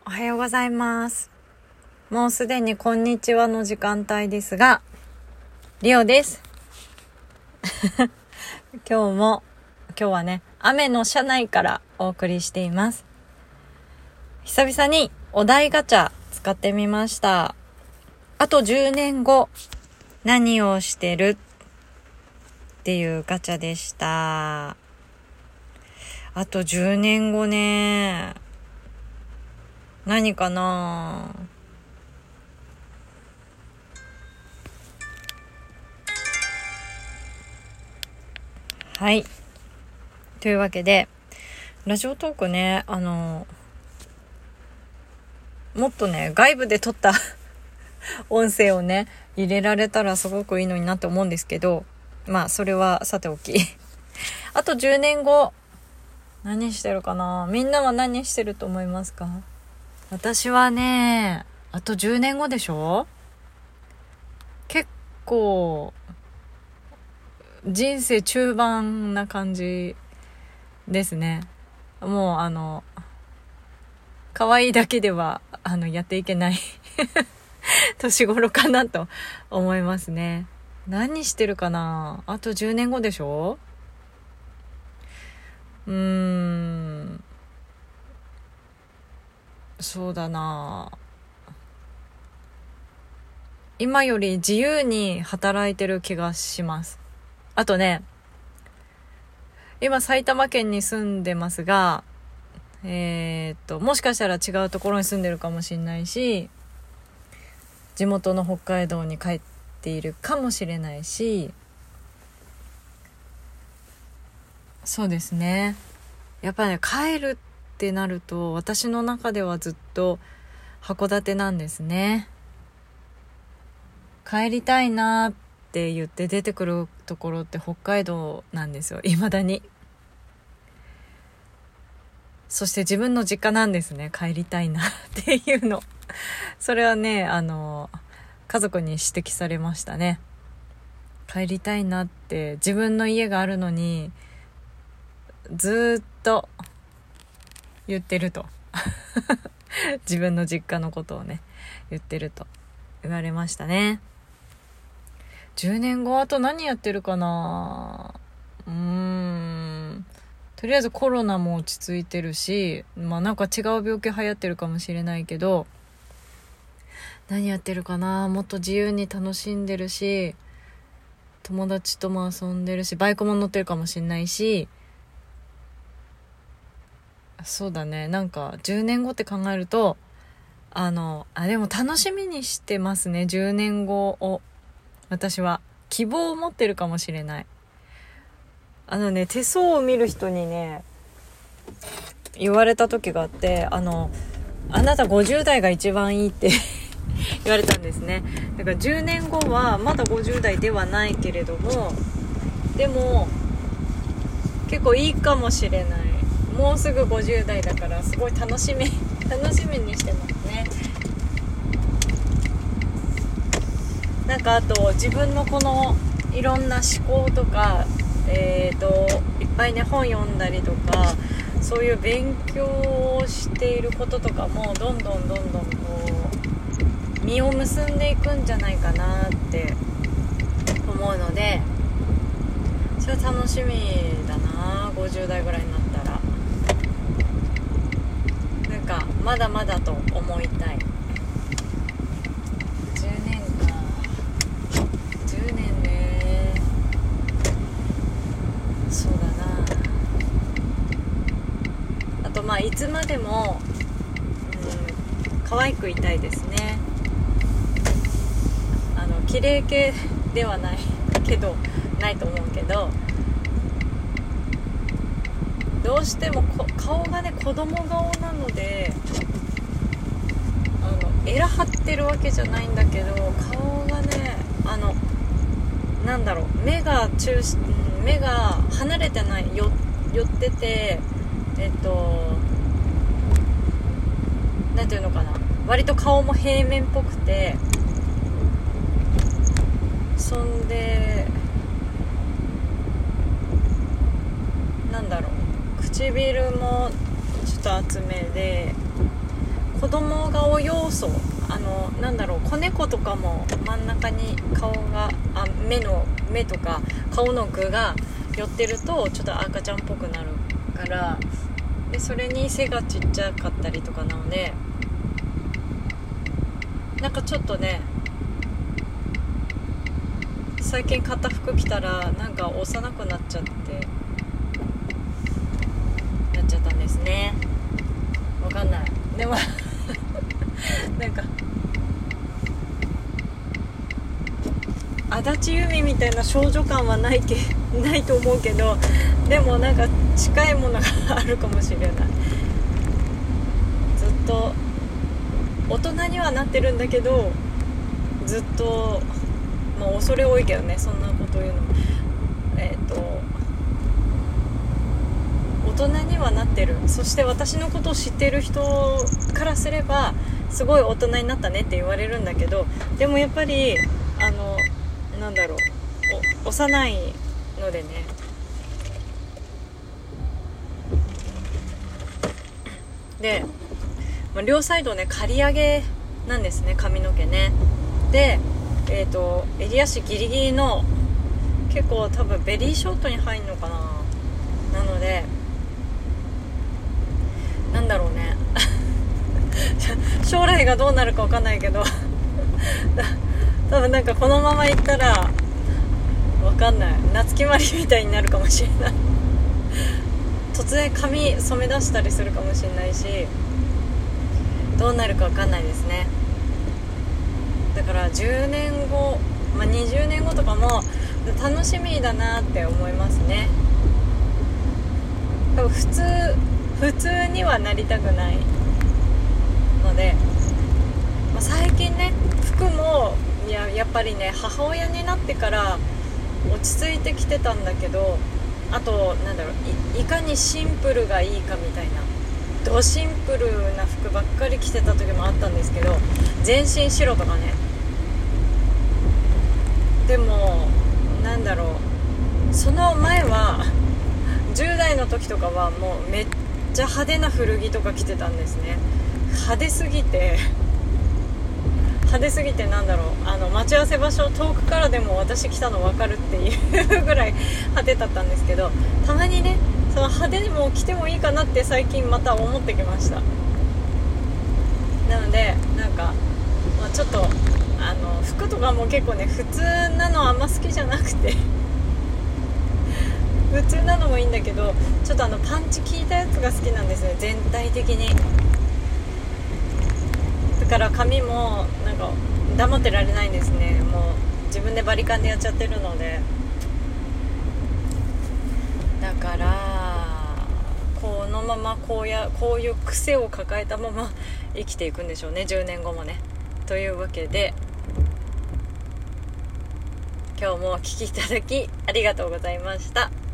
おはようございます。もうすでにこんにちはの時間帯ですが、リオです。今日はね、雨の車内からお送りしています。久々にお題ガチャ使ってみました。あと10年後何をしてるっていうガチャでした。あと10年後ね、何かな。はい。というわけで、ラジオトークね、もっとね、外部で撮った音声をね、入れられたらすごくいいのになって思うんですけど、まあ、それはさておき。あと10年後、何してるかな。みんなは何してると思いますか？私はね、あと10年後でしょ？結構、人生中盤な感じですね。もう可愛いだけではやっていけない年頃かなと思いますね。何してるかな。あと10年後でしょ。そうだな。今より自由に働いてる気がします。あとね、今埼玉県に住んでますが、もしかしたら違うところに住んでるかもしれないし、地元の北海道に帰っているかもしれないし、そうですね。やっぱね、帰るってなると私の中ではずっと函館なんですね。帰りたいなって言って出てくるところって北海道なんですよ、未だに。そして自分の実家なんですね、帰りたいなっていうの。それはね、家族に指摘されましたね。帰りたいなって、自分の家があるのにずっと言ってると自分の実家のことをね言ってると言われましたね。10年後あと何やってるかな。とりあえずコロナも落ち着いてるし、なんか違う病気流行ってるかもしれないけど、何やってるかな。もっと自由に楽しんでるし、友達とも遊んでるし、バイクも乗ってるかもしれないし、そうだね。なんか10年後って考えると、でも楽しみにしてますね、10年後を。私は希望を持ってるかもしれない。手相を見る人にね言われた時があって、あなた50代が一番いいって言われたんですね。だから10年後はまだ50代ではないけれども、でも結構いいかもしれない。もうすぐ50代だからすごい楽しみにしてますね。なんかあと自分のこのいろんな思考とか、いっぱいね本読んだりとか、そういう勉強をしていることとかもどんどんこう実を結んでいくんじゃないかなって思うので、それは楽しみだな。50代ぐらいになったらなんかまだまだと思いたい。いつまでも、可愛くいたいですね。綺麗系ではないと思うけど、どうしても顔がね子供顔なので、エラ張ってるわけじゃないんだけど、顔がね目が離れてない、寄ってて、なんていうのかな、割と顔も平面っぽくて、そんで唇もちょっと厚めで、 子供顔要素、なんだろう、子猫とかも真ん中に顔が目とか顔の具が寄ってるとちょっと赤ちゃんっぽくなるから、でそれに背がちっちゃかったりとかなので、なんかちょっとね、最近買った服着たらなんか幼くなっちゃったんですね。わかんない、でもなんか足立由美みたいな少女感はないと思うけど、でもなんか近いものがあるかもしれない。ずっと大人にはなってるんだけど、ずっと、まあ恐れ多いけどね、そんなこと言うの。大人にはなってる。そして私のことを知ってる人からすればすごい大人になったねって言われるんだけど、でもやっぱりなんだろう、幼いのでね。で、両サイドね刈り上げなんですね、髪の毛ね。で襟足ギリギリの、結構多分ベリーショートに入るのかな。なのでなんだろうね将来がどうなるか分かんないけど多分なんかこのままいったら分かんない、夏木マリみたいになるかもしれない突然髪染め出したりするかもしれないし、どうなるか分かんないですね。だから10年後、20年後とかも楽しみだなって思いますね。多分普通にはなりたくないので、最近ね服もやっぱりね母親になってから落ち着いてきてたんだけど、あとなんだろう、いかにシンプルがいいかみたいな、ドシンプルな服ばっかり着てた時もあったんですけど、全身白とかね。でもなんだろう、その前は10代の時とかはもうめっちゃ派手な古着とか着てたんですね。派手すぎてなんだろう、待ち合わせ場所遠くからでも私来たの分かるっていうぐらい派手だったんですけど、たまにねその派手にも着てもいいかなって最近また思ってきました。なのでなんか、ちょっと服とかも結構ね普通なのあんま好きじゃなくて普通なのもいいんだけど、ちょっとパンチ効いたやつが好きなんですね、全体的に。だから髪もなんか黙ってられないんですね。もう自分でバリカンでやっちゃってるので。だからこのままこういう癖を抱えたまま生きていくんでしょうね、10年後もね。というわけで今日もお聞きいただきありがとうございました。